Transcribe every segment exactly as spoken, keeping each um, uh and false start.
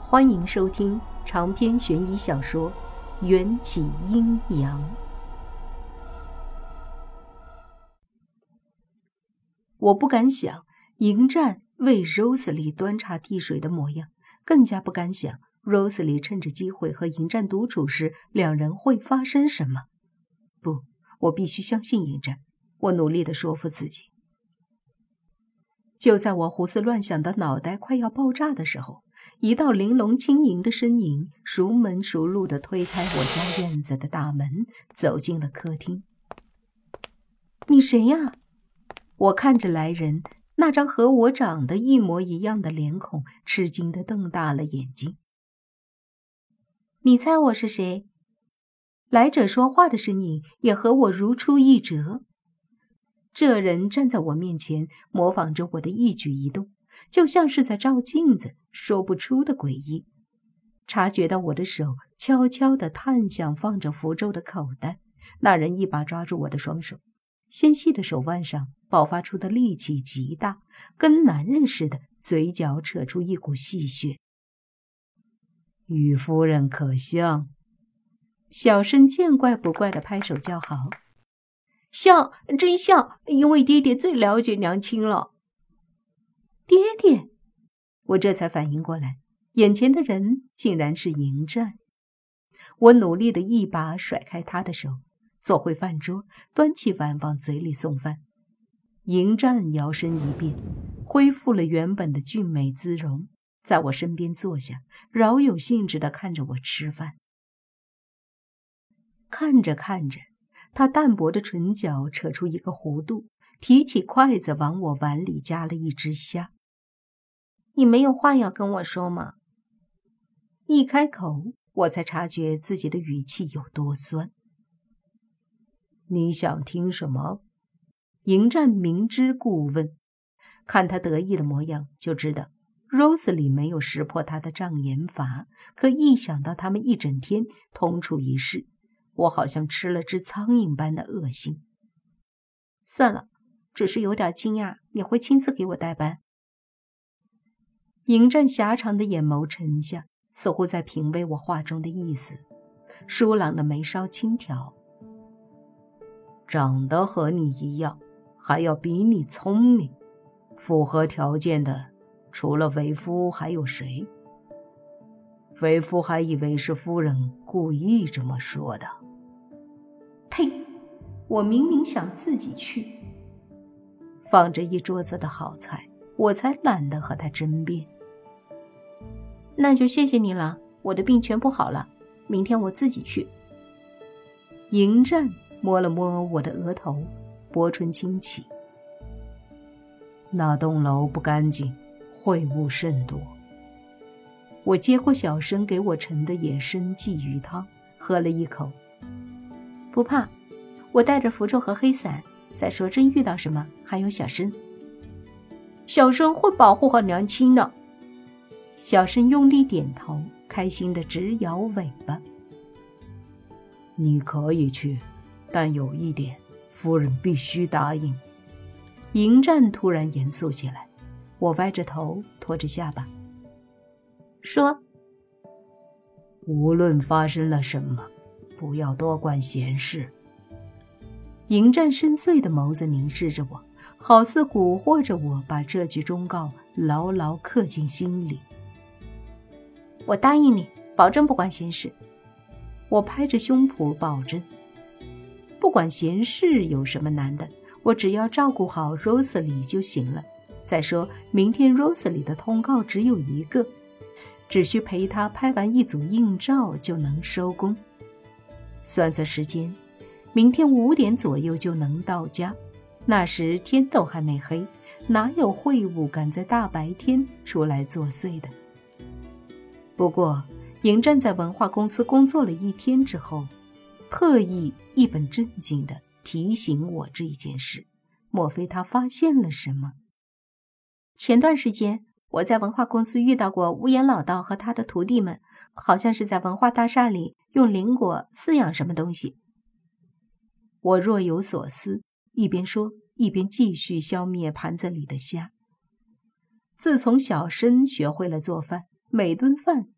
欢迎收听长篇悬疑小说《缘起阴阳》。我不敢想迎战为 Rosely 端茶递水的模样，更加不敢想 Rosely 趁着机会和迎战独处时，两人会发生什么。不，我必须相信迎战。我努力地说服自己。就在我胡思乱想的脑袋快要爆炸的时候，一道玲珑轻盈的身影熟门熟路地推开我家院子的大门，走进了客厅。你谁呀？我看着来人，那张和我长得一模一样的脸孔，吃惊地瞪大了眼睛。你猜我是谁？来者说话的身影也和我如出一辙。这人站在我面前，模仿着我的一举一动，就像是在照镜子，说不出的诡异。察觉到我的手悄悄地探向放着符咒的口袋，那人一把抓住我的双手，纤细的手腕上爆发出的力气极大，跟男人似的，嘴角扯出一股细血。与夫人可像。小生见怪不怪地拍手叫好。像，真像，因为爹爹最了解娘亲了。爹爹，我这才反应过来，眼前的人竟然是迎战。我努力地一把甩开他的手，坐回饭桌，端起碗往嘴里送饭。迎战摇身一变，恢复了原本的俊美姿容，在我身边坐下，饶有兴致地看着我吃饭。看着看着，他淡薄的唇角扯出一个弧度，提起筷子往我碗里夹了一只虾。你没有话要跟我说吗？一开口，我才察觉自己的语气有多酸。你想听什么？迎战明知故问，看他得意的模样就知道 Rosely 没有识破他的障眼法，可一想到他们一整天同处一室，我好像吃了只苍蝇般的恶心。算了，只是有点惊讶你会亲自给我代班。迎战狭长的眼眸沉下，似乎在品味我话中的意思，疏朗的眉梢轻挑。长得和你一样，还要比你聪明，符合条件的除了为夫还有谁？为夫还以为是夫人故意这么说的。呸！我明明想自己去。放着一桌子的好菜，我才懒得和他争辩。那就谢谢你了，我的病全部好了，明天我自己去。迎战摸了摸我的额头，薄唇轻启。那栋楼不干净，秽物甚多。我接过小生给我盛的野生鲫鱼汤，喝了一口。不怕，我带着符咒和黑伞，再说真遇到什么还有小生。小生会保护好娘亲的。小生用力点头，开心地直摇尾巴。你可以去，但有一点，夫人必须答应。迎战突然严肃起来，我歪着头，拖着下巴。说，无论发生了什么，不要多管闲事。迎战深邃的眸子凝视着我，好似蛊惑着我把这句忠告牢牢刻进心里。我答应你，保证不管闲事。我拍着胸脯保证，不管闲事有什么难的，我只要照顾好 Rosely 就行了。再说明天 Rosely 的通告只有一个，只需陪她拍完一组硬照就能收工。算算时间，明天五点左右就能到家，那时天都还没黑，哪有秽物敢在大白天出来作祟的？不过迎战在文化公司工作了一天之后，特意一本正经地提醒我这件事，莫非他发现了什么？前段时间我在文化公司遇到过乌岩老道和他的徒弟们，好像是在文化大厦里用灵果饲养什么东西。我若有所思，一边说一边继续消灭盘子里的虾。自从小生学会了做饭，每顿饭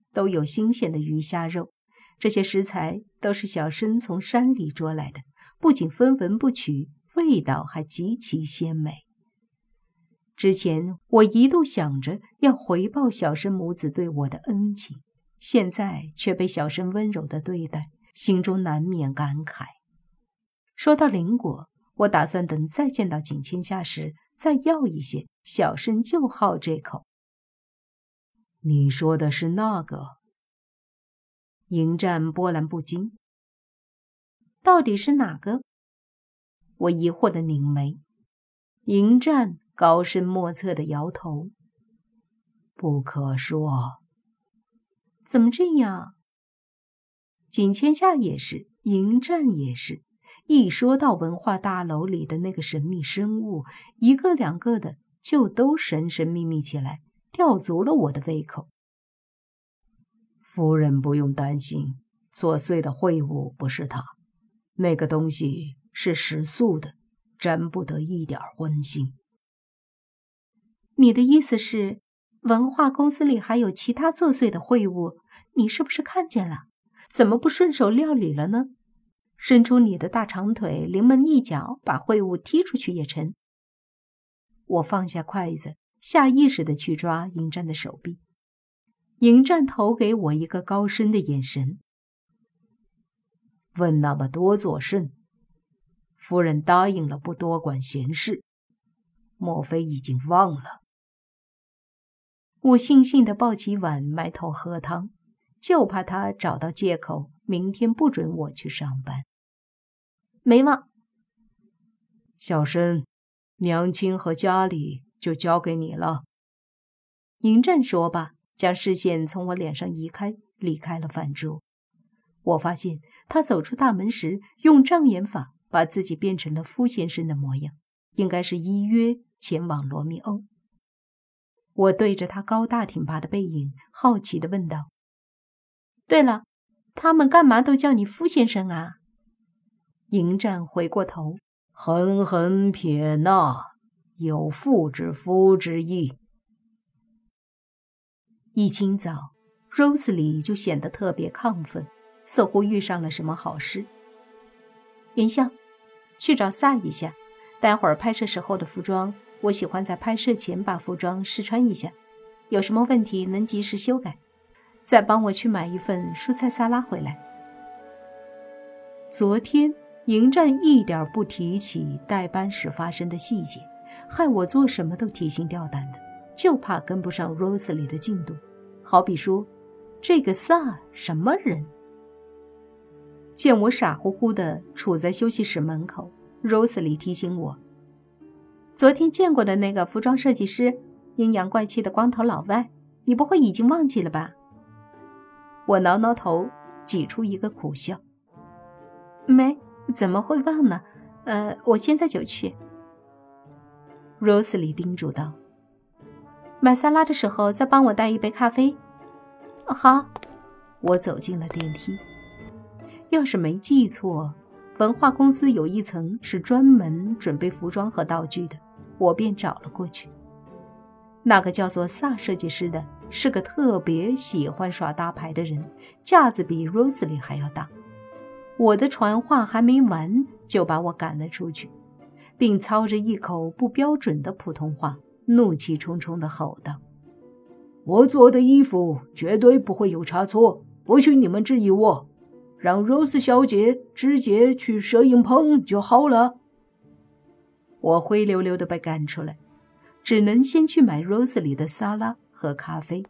都有新鲜的鱼虾肉，这些食材都是小生从山里捉来的，不仅分文不取，味道还极其鲜美。之前我一度想着要回报小生母子对我的恩情，现在却被小生温柔的对待，心中难免感慨。说到灵果，我打算等再见到景千夏时再要一些，小生就好这口。你说的是那个？迎战波澜不惊。到底是哪个？我疑惑的拧眉。迎战高深莫测的摇头。不可说。怎么这样？景千夏也是，迎战也是。一说到文化大楼里的那个神秘生物，一个两个的就都神神秘秘起来，吊足了我的胃口。夫人不用担心，作祟的秽物不是它，那个东西是食素的，沾不得一点荤腥。你的意思是，文化公司里还有其他作祟的秽物？你是不是看见了？怎么不顺手料理了呢？伸出你的大长腿，临门一脚把秽物踢出去也成。我放下筷子，下意识地去抓迎战的手臂。迎战投给我一个高深的眼神。问那么多作甚？夫人答应了不多管闲事，莫非已经忘了？我悻悻地抱起碗埋头喝汤，就怕他找到借口，明天不准我去上班。没忘。小生，娘亲和家里就交给你了。迎战说罢，将视线从我脸上移开，离开了饭桌。我发现他走出大门时，用障眼法把自己变成了傅先生的模样，应该是依约前往罗密欧。我对着他高大挺拔的背影，好奇地问道：对了，他们干嘛都叫你傅先生啊？迎战回过头，狠狠撇捺，有妇之夫之意。一清早 Rose 里就显得特别亢奋，似乎遇上了什么好事。云笑，去找萨一下，待会儿拍摄时候的服装，我喜欢在拍摄前把服装试穿一下，有什么问题能及时修改。再帮我去买一份蔬菜沙拉回来。昨天迎战一点不提起代班时发生的细节，害我做什么都提心吊胆的，就怕跟不上 Rose 里的进度。好比说，这个萨什么人？见我傻乎乎的处在休息室门口， Rose 里提醒我，昨天见过的那个服装设计师，阴阳怪气的光头老外，你不会已经忘记了吧？我挠挠头，挤出一个苦笑。没，怎么会忘呢？呃，我现在就去。Rose 里叮嘱道。买沙拉的时候再帮我带一杯咖啡。好。我走进了电梯。要是没记错，文化公司有一层是专门准备服装和道具的，我便找了过去。那个叫做萨设计师的是个特别喜欢耍大牌的人，架子比 Rose 里还要大。我的传话还没完，就把我赶了出去，并操着一口不标准的普通话，怒气冲冲地吼道：我做的衣服绝对不会有差错，不许你们质疑我，让 Rose 小姐直接去摄影棚就好了。我灰溜溜地被赶出来，只能先去买 Rose 里的沙拉和咖啡，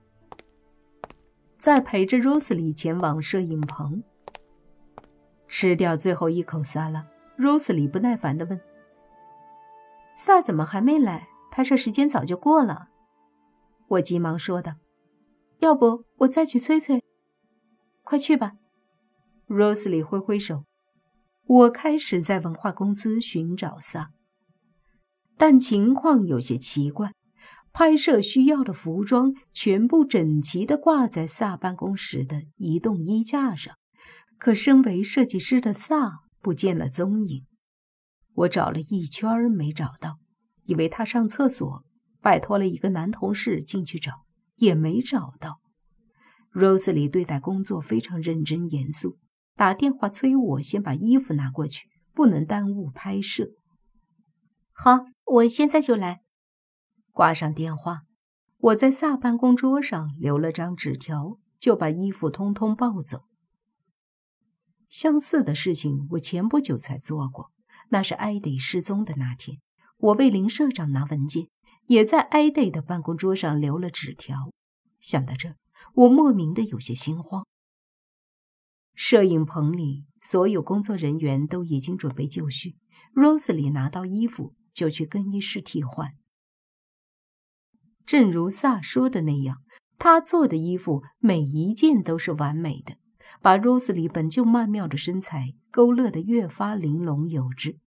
再陪着 Rose 里前往摄影棚。吃掉最后一口沙拉， Rose 里不耐烦地问：萨怎么还没来？拍摄时间早就过了。我急忙说道：要不我再去催催。快去吧。 Rose 里挥挥手。我开始在文化公司寻找萨，但情况有些奇怪，拍摄需要的服装全部整齐地挂在萨办公室的移动衣架上，可身为设计师的萨不见了踪影。我找了一圈没找到，以为他上厕所，拜托了一个男同事进去找，也没找到。 Rosely 对待工作非常认真严肃，打电话催我先把衣服拿过去，不能耽误拍摄。好，我现在就来。挂上电话，我在萨办公桌上留了张纸条，就把衣服通通抱走。相似的事情我前不久才做过，那是艾迪失踪的那天，我为林社长拿文件，也在艾迪的办公桌上留了纸条。想到这，我莫名的有些心慌。摄影棚里所有工作人员都已经准备就绪， Rosely 拿到衣服就去更衣室替换。正如萨说的那样，他做的衣服每一件都是完美的，把 Rosely 本就曼妙的身材勾勒得越发玲珑有致。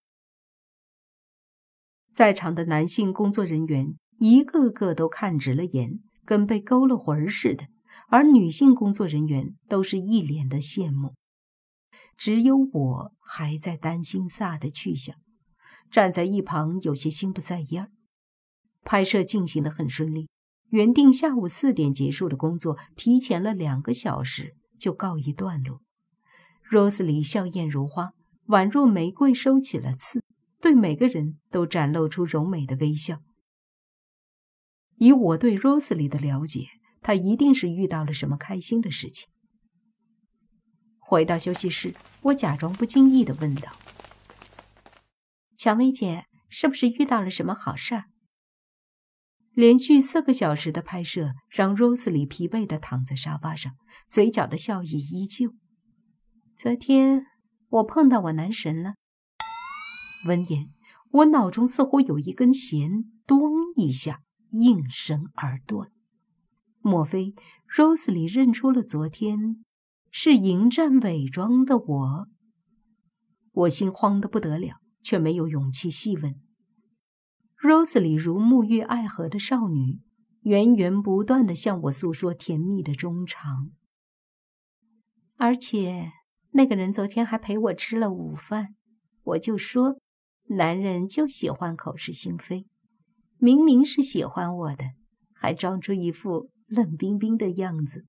在场的男性工作人员一个个都看直了眼，跟被勾了魂似的，而女性工作人员都是一脸的羡慕。只有我还在担心萨的去向，站在一旁有些心不在焉。拍摄进行得很顺利，原定下午四点结束的工作提前了两个小时就告一段落。Rosely 笑靥如花，宛若玫瑰收起了刺，对每个人都展露出柔美的微笑。以我对 Rosely 的了解，她一定是遇到了什么开心的事情。回到休息室，我假装不经意地问道：乔薇姐，是不是遇到了什么好事儿？连续四个小时的拍摄让 Rosely 疲惫地躺在沙发上，嘴角的笑意依旧。昨天我碰到我男神了。闻言，我脑中似乎有一根弦咚一下应声而断。莫非 Rosely 认出了昨天是迎战伪装的我？我心慌得不得了，却没有勇气细问。Rosely 如沐浴爱河的少女，源源不断地向我诉说甜蜜的衷肠。而且那个人昨天还陪我吃了午饭，我就说男人就喜欢口是心非，明明是喜欢我的，还装出一副冷冰冰的样子。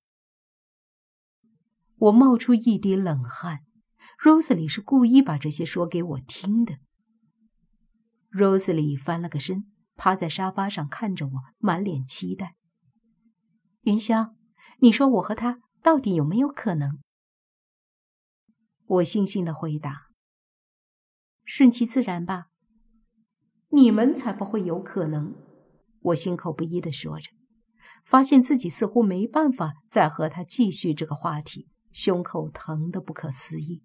我冒出一滴冷汗， Rosely 是故意把这些说给我听的。Rosely 翻了个身，趴在沙发上看着我，满脸期待。云霄，你说我和他到底有没有可能？我悻悻地回答：顺其自然吧。你们才不会有可能，我心口不一地说着，发现自己似乎没办法再和他继续这个话题，胸口疼得不可思议。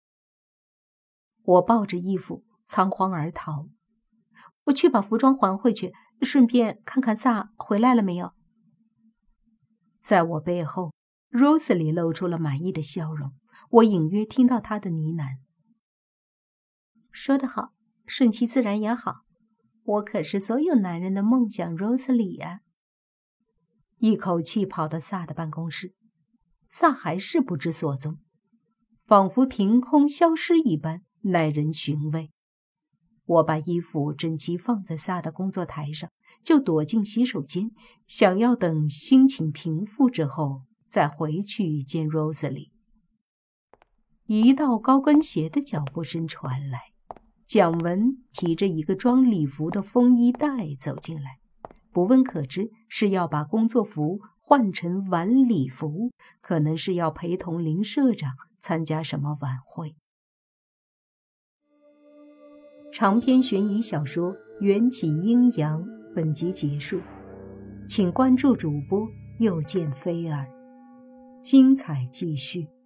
我抱着衣服仓皇而逃。我去把服装还回去，顺便看看萨回来了没有。在我背后， Rosely 露出了满意的笑容，我隐约听到她的呢喃：说得好，顺其自然也好，我可是所有男人的梦想 Rosely 啊。一口气跑到萨的办公室，萨还是不知所踪，仿佛凭空消失一般，耐人寻味。我把衣服整齐放在萨的工作台上，就躲进洗手间，想要等心情平复之后再回去见 Rosely。 一道高跟鞋的脚步声传来，蒋文提着一个装礼服的风衣袋走进来，不问可知是要把工作服换成晚礼服，可能是要陪同林社长参加什么晚会。长篇悬疑小说《缘起阴阳》本集结束，请关注主播又见菲儿，精彩继续。